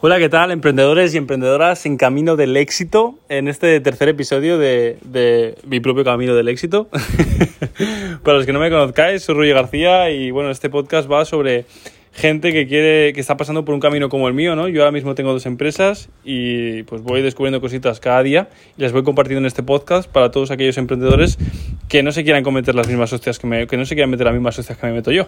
Hola, ¿qué tal, emprendedores y emprendedoras en camino del éxito? En este tercer episodio de mi propio camino del éxito. Para los que no me conozcáis, soy Roger García y bueno, este podcast va sobre gente que está pasando por un camino como el mío, ¿no? Yo ahora mismo tengo 2 empresas y pues voy descubriendo cositas cada día y las voy compartiendo en este podcast para todos aquellos emprendedores que no se quieran cometer las mismas hostias que no se quieran meter las mismas hostias que me meto yo.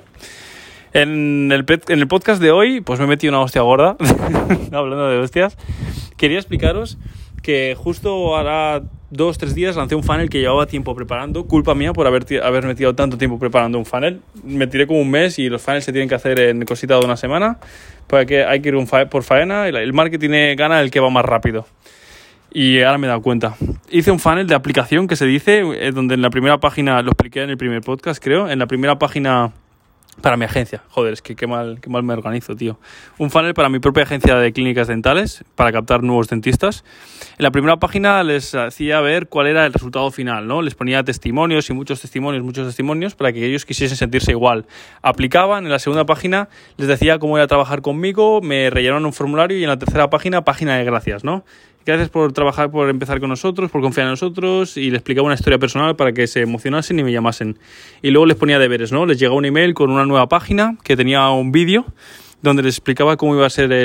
En el podcast de hoy, pues me he metido una hostia gorda, hablando de hostias. Quería explicaros que justo ahora 2-3 días lancé un funnel que llevaba tiempo preparando. Culpa mía por haber metido tanto tiempo preparando un funnel. Me tiré como un mes y los funnels se tienen que hacer en cosita de una semana, porque hay que ir por faena. El marketing gana el que va más rápido. Y ahora me he dado cuenta. Hice un funnel de aplicación que se dice, donde en la primera página, lo expliqué en el primer podcast, creo, en la primera página... Para mi agencia. Joder, es que qué mal me organizo, tío. Un funnel para mi propia agencia de clínicas dentales para captar nuevos dentistas. En la primera página les hacía ver cuál era el resultado final, ¿no? Les ponía testimonios y muchos testimonios para que ellos quisiesen sentirse igual. Aplicaban. En la segunda página les decía cómo era trabajar conmigo, me rellenaron un formulario y en la tercera página de gracias, ¿no? Gracias por trabajar, por empezar con nosotros, por confiar en nosotros, y les explicaba una historia personal para que se emocionasen y me llamasen. Y luego les ponía deberes, ¿no? Les llegaba un email con una nueva página que tenía un vídeo donde les explicaba cómo iba a ser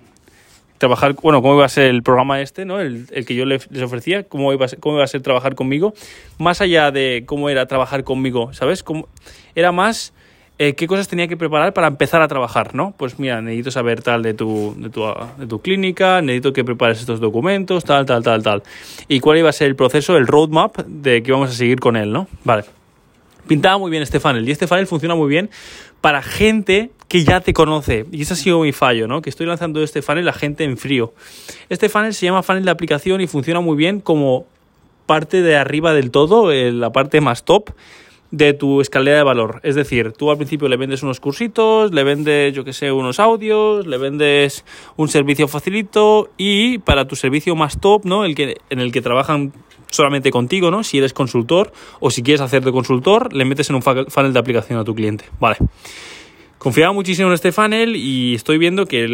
cómo iba a ser el programa ¿no? El que yo les ofrecía, cómo iba a ser trabajar conmigo, más allá de cómo era trabajar conmigo, ¿sabes? Era más... ¿qué cosas tenía que preparar para empezar a trabajar, ¿no? Pues mira, necesito saber tal de tu clínica, necesito que prepares estos documentos, tal. Y cuál iba a ser el proceso, el roadmap de que vamos a seguir con él, ¿no? Vale. Pintaba muy bien este funnel y este funnel funciona muy bien para gente que ya te conoce. Y ese ha sido mi fallo, ¿no? Que estoy lanzando este funnel a gente en frío. Este funnel se llama funnel de aplicación y funciona muy bien como parte de arriba del todo, la parte más top de tu escalera de valor. Es decir, tú al principio le vendes unos cursitos, le vendes, unos audios, le vendes un servicio facilito y para tu servicio más top, ¿no? En el que trabajan solamente contigo, ¿no? Si eres consultor o si quieres hacer de consultor, le metes en un funnel de aplicación a tu cliente. Vale. Confiaba muchísimo en este funnel y estoy viendo que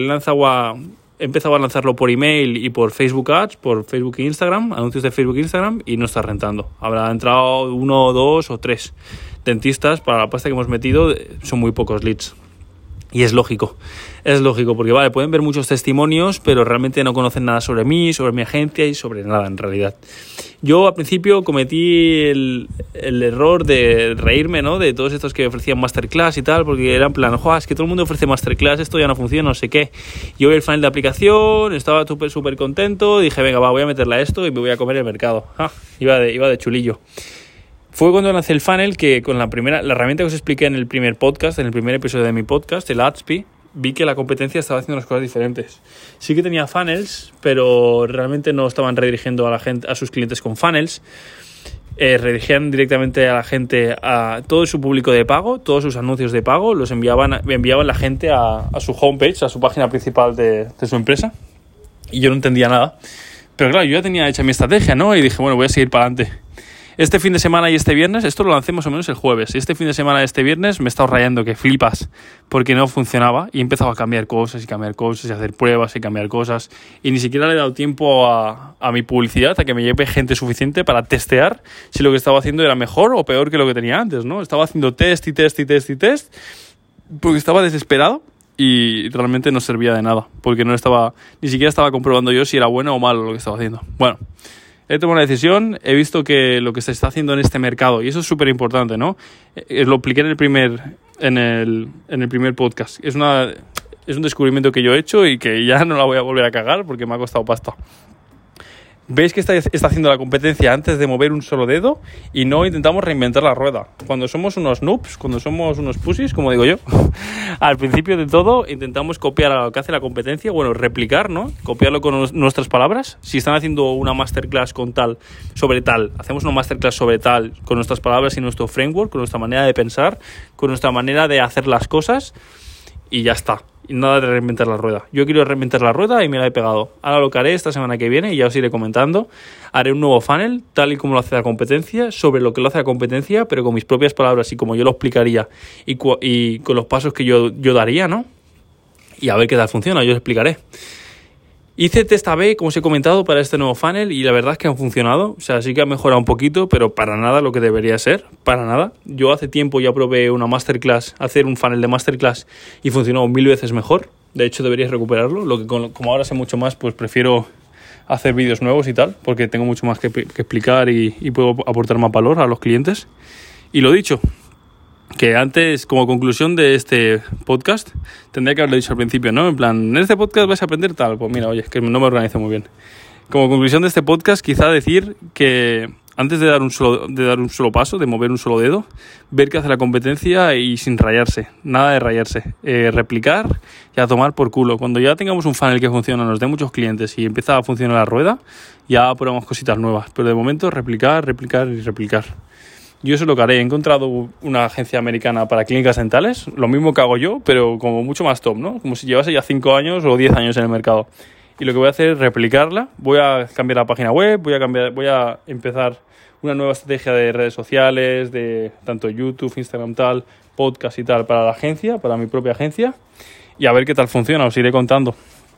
he empezado a lanzarlo por email y por Facebook Ads, por Facebook e Instagram, anuncios de Facebook e Instagram, y no está rentando. Habrá entrado 1, 2 o 3 dentistas. Para la pasta que hemos metido son muy pocos leads. Y es lógico, porque vale, pueden ver muchos testimonios, pero realmente no conocen nada sobre mí, sobre mi agencia y sobre nada en realidad. Yo al principio cometí el error de reírme, ¿no? De todos estos que ofrecían masterclass y tal, porque era en plan, es que todo el mundo ofrece masterclass, esto ya no funciona, no sé qué. Yo vi el funnel de aplicación, estaba súper contento, dije, venga, voy a meterle a esto y me voy a comer el mercado. Iba de chulillo. Fue cuando lancé el funnel que con la herramienta que os expliqué en el primer podcast, en el primer episodio de mi podcast, el Adspi, vi que la competencia estaba haciendo unas cosas diferentes. Sí que tenía funnels, pero realmente no estaban redirigiendo a la gente, a sus clientes con funnels. Redirigían directamente a la gente, a todo su público de pago, todos sus anuncios de pago, los enviaban la gente a su homepage, a su página principal de su empresa. Y yo no entendía nada. Pero claro, yo ya tenía hecha mi estrategia, ¿no? Y dije, bueno, voy a seguir para adelante. Este fin de semana y este viernes, esto lo lancé más o menos el jueves, y este fin de semana y este viernes me he estado rayando que flipas porque no funcionaba y he empezado a cambiar cosas y hacer pruebas y cambiar cosas y ni siquiera le he dado tiempo a mi publicidad, a que me lleve gente suficiente para testear si lo que estaba haciendo era mejor o peor que lo que tenía antes, ¿no? Estaba haciendo test porque estaba desesperado y realmente no servía de nada porque ni siquiera estaba comprobando yo si era bueno o malo lo que estaba haciendo. Bueno, he tomado una decisión, he visto que lo que se está haciendo en este mercado, y eso es súper importante, ¿no? Lo expliqué en el primer podcast. Es un descubrimiento que yo he hecho y que ya no la voy a volver a cagar porque me ha costado pasta. ¿Veis que está haciendo la competencia antes de mover un solo dedo? Y no intentamos reinventar la rueda. Cuando somos unos noobs, cuando somos unos pussies, como digo yo, al principio de todo intentamos copiar a lo que hace la competencia, replicar, ¿no? Copiarlo con nuestras palabras. Si están haciendo una masterclass sobre tal, hacemos una masterclass sobre tal con nuestras palabras y nuestro framework, con nuestra manera de pensar, con nuestra manera de hacer las cosas y ya está. Y nada de reinventar la rueda. Yo quiero reinventar la rueda y me la he pegado. Ahora lo que haré esta semana que viene, y ya os iré comentando, haré un nuevo funnel, tal y como lo hace la competencia, sobre lo que lo hace la competencia, pero con mis propias palabras y como yo lo explicaría y con los pasos que yo daría, ¿no? Y a ver qué tal funciona, yo os explicaré. Hice test A/B, como os he comentado, para este nuevo funnel y la verdad es que han funcionado. O sea, sí que ha mejorado un poquito, pero para nada lo que debería ser. Para nada. Yo hace tiempo ya probé una masterclass, hacer un funnel de masterclass y funcionó 1000 veces mejor. De hecho, deberías recuperarlo. Lo que como ahora sé mucho más, pues prefiero hacer vídeos nuevos y tal, porque tengo mucho más que explicar y puedo aportar más valor a los clientes. Y lo dicho, que antes, como conclusión de este podcast, tendría que haberlo dicho al principio, ¿no? En plan, en este podcast vais a aprender tal. Pues mira, oye, es que no me organizo muy bien. Como conclusión de este podcast, quizá decir que antes de dar un solo paso, de mover un solo dedo, ver qué hace la competencia y sin rayarse. Nada de rayarse. Replicar y a tomar por culo. Cuando ya tengamos un funnel que funciona, nos dé muchos clientes y empieza a funcionar la rueda, ya probamos cositas nuevas. Pero de momento, replicar y replicar. Yo eso es lo que haré. He encontrado una agencia americana para clínicas dentales, lo mismo que hago yo, pero como mucho más top, ¿no? Como si llevase ya 5 años o 10 años en el mercado. Y lo que voy a hacer es replicarla. Voy a cambiar la página web, voy a empezar una nueva estrategia de redes sociales, de tanto YouTube, Instagram, tal, podcast y tal, para la agencia, para mi propia agencia, y a ver qué tal funciona, os iré contando.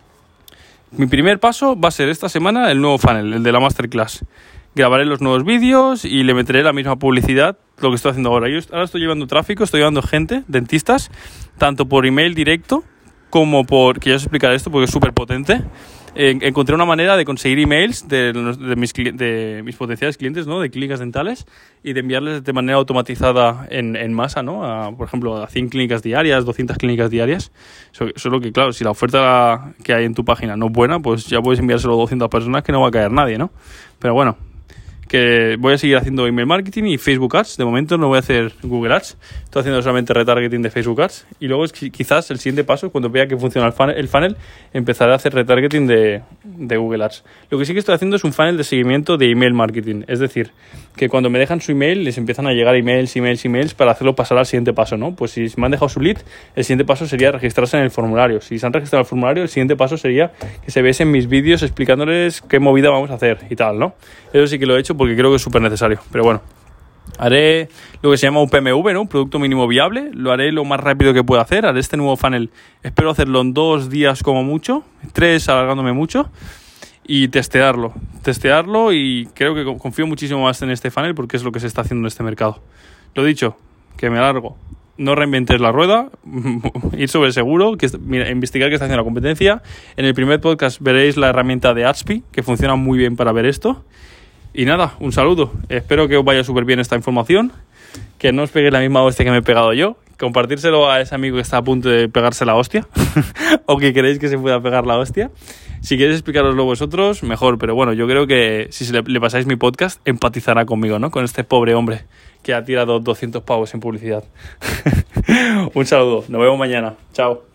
Mi primer paso va a ser esta semana el nuevo funnel, el de la masterclass. Grabaré los nuevos vídeos y le meteré la misma publicidad, lo que estoy haciendo ahora. Yo ahora estoy llevando tráfico, estoy llevando gente, dentistas, tanto por email directo como por... que ya os explicaré esto porque es súper potente. Encontré una manera de conseguir emails de mis potenciales clientes, ¿no? De clínicas dentales y de enviarles de manera automatizada en masa, ¿no? Por ejemplo, a 100 clínicas diarias, 200 clínicas diarias. Solo que, claro, si la oferta que hay en tu página no es buena, pues ya puedes enviárselo a 200 personas que no va a caer nadie, ¿no? Pero bueno, que voy a seguir haciendo email marketing y Facebook Ads. De momento no voy a hacer Google Ads. Estoy haciendo solamente retargeting de Facebook Ads. Y luego quizás el siguiente paso, cuando vea que funciona el funnel, empezaré a hacer retargeting de Google Ads. Lo que sí que estoy haciendo es un funnel de seguimiento de email marketing. Es decir, que cuando me dejan su email, les empiezan a llegar emails para hacerlo pasar al siguiente paso, ¿no? Pues si me han dejado su lead, el siguiente paso sería registrarse en el formulario. Si se han registrado en el formulario, el siguiente paso sería que se viesen mis vídeos explicándoles qué movida vamos a hacer y tal, ¿no? Eso sí que lo he hecho porque creo que es súper necesario. Pero bueno, haré lo que se llama un PMV, ¿no? Un producto mínimo viable. Lo haré lo más rápido que pueda hacer. Haré este nuevo funnel. Espero hacerlo en 2 días como mucho. 3 alargándome mucho. Y testearlo y creo que confío muchísimo más en este funnel porque es lo que se está haciendo en este mercado. Lo dicho, que me alargo. No reinventes la rueda, ir sobre seguro, investigar qué está haciendo la competencia. En el primer podcast veréis la herramienta de Adspi, que funciona muy bien para ver esto. Y nada, un saludo. Espero que os vaya súper bien esta información, que no os peguéis la misma hostia que me he pegado yo. Compartírselo a ese amigo que está a punto de pegarse la hostia o que queréis que se pueda pegar la hostia. Si queréis explicaroslo vosotros, mejor. Pero bueno, yo creo que si le pasáis mi podcast, empatizará conmigo, ¿no? Con este pobre hombre que ha tirado 200 pavos en publicidad. Un saludo. Nos vemos mañana. Chao.